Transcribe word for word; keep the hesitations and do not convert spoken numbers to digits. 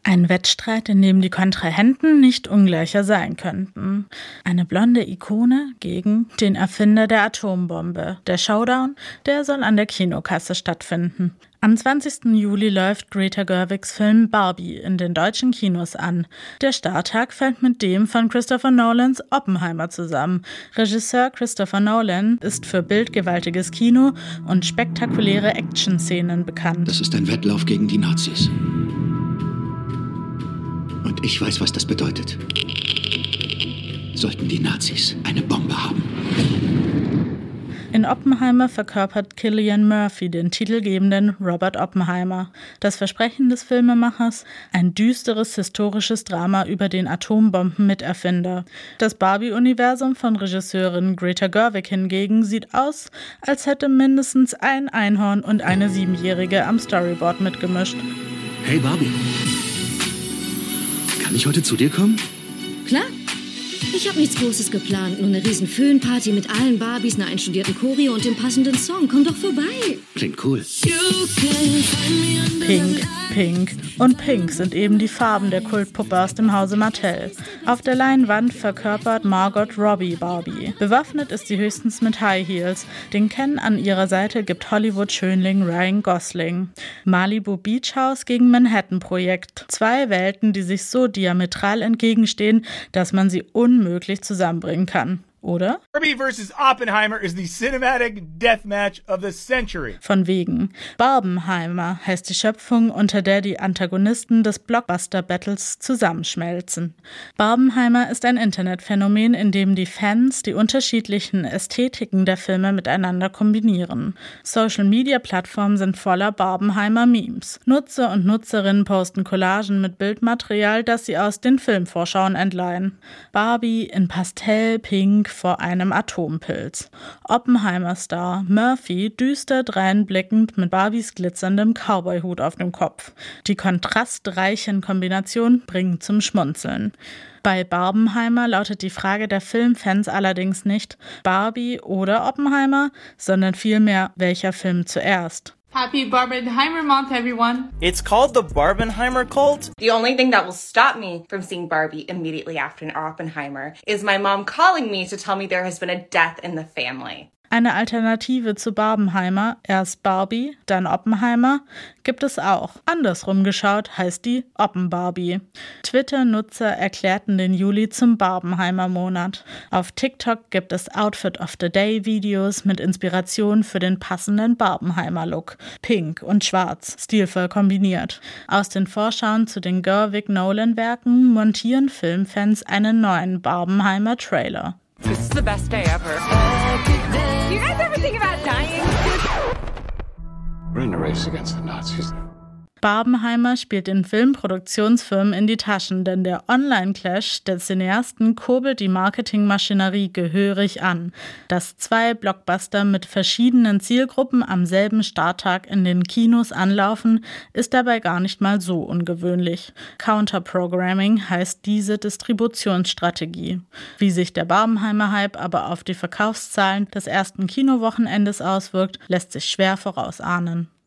Ein Wettstreit, in dem die Kontrahenten nicht ungleicher sein könnten. Eine blonde Ikone gegen den Erfinder der Atombombe. Der Showdown, der soll an der Kinokasse stattfinden. Am zwanzigsten Juli läuft Greta Gerwigs Film Barbie in den deutschen Kinos an. Der Starttag fällt mit dem von Christopher Nolans Oppenheimer zusammen. Regisseur Christopher Nolan ist für bildgewaltiges Kino und spektakuläre Action-Szenen bekannt. Das ist ein Wettlauf gegen die Nazis. Und ich weiß, was das bedeutet. Sollten die Nazis eine Bombe haben. In Oppenheimer verkörpert Cillian Murphy den titelgebenden Robert Oppenheimer. Das Versprechen des Filmemachers: ein düsteres historisches Drama über den Atombomben-Miterfinder. Das Barbie-Universum von Regisseurin Greta Gerwig hingegen sieht aus, als hätte mindestens ein Einhorn und eine Siebenjährige am Storyboard mitgemischt. Hey Barbie, kann ich heute zu dir kommen? Klar. Ich habe nichts Großes geplant, nur eine riesen Föhnparty mit allen Barbies, einer einstudierten Choreo und dem passenden Song. Komm doch vorbei. Klingt cool. Pink, Pink und Pink sind eben die Farben der Kultpuppe aus dem Hause Mattel. Auf der Leinwand verkörpert Margot Robbie Barbie. Bewaffnet ist sie höchstens mit High Heels. Den Ken an ihrer Seite gibt Hollywood-Schönling Ryan Gosling. Malibu Beach House gegen Manhattan-Projekt. Zwei Welten, die sich so diametral entgegenstehen, dass man sie unmöglich zusammenbringen kann. Oder? Barbie versus. Oppenheimer is the cinematic deathmatch of the century. Von wegen. Barbenheimer heißt die Schöpfung, unter der die Antagonisten des Blockbuster-Battles zusammenschmelzen. Barbenheimer ist ein Internetphänomen, in dem die Fans die unterschiedlichen Ästhetiken der Filme miteinander kombinieren. Social-Media-Plattformen sind voller Barbenheimer-Memes. Nutzer und Nutzerinnen posten Collagen mit Bildmaterial, das sie aus den Filmvorschauen entleihen. Barbie in Pastell, Pink, vor einem Atompilz. Oppenheimer-Star Murphy düster dreinblickend mit Barbies glitzerndem Cowboy-Hut auf dem Kopf. Die kontrastreichen Kombinationen bringen zum Schmunzeln. Bei Barbenheimer lautet die Frage der Filmfans allerdings nicht Barbie oder Oppenheimer, sondern vielmehr, welcher Film zuerst. Happy Barbenheimer month, everyone. It's called the Barbenheimer cult. The only thing that will stop me from seeing Barbie immediately after an Oppenheimer is my mom calling me to tell me there has been a death in the family. Eine Alternative zu Barbenheimer, erst Barbie, dann Oppenheimer, gibt es auch. Andersrum geschaut heißt die Oppenbarbie. Twitter-Nutzer erklärten den Juli zum Barbenheimer-Monat. Auf TikTok gibt es Outfit of the Day-Videos mit Inspiration für den passenden Barbenheimer-Look. Pink und schwarz, stilvoll kombiniert. Aus den Vorschauen zu den Gerwig-Nolan-Werken montieren Filmfans einen neuen Barbenheimer-Trailer. This is the best day ever. Do you guys ever think about dying? We're in a race against the Nazis. Barbenheimer spielt den Filmproduktionsfirmen in die Taschen, denn der Online-Clash der Cineasten kurbelt die Marketingmaschinerie gehörig an. Dass zwei Blockbuster mit verschiedenen Zielgruppen am selben Starttag in den Kinos anlaufen, ist dabei gar nicht mal so ungewöhnlich. Counterprogramming heißt diese Distributionsstrategie. Wie sich der Barbenheimer-Hype aber auf die Verkaufszahlen des ersten Kinowochenendes auswirkt, lässt sich schwer vorausahnen.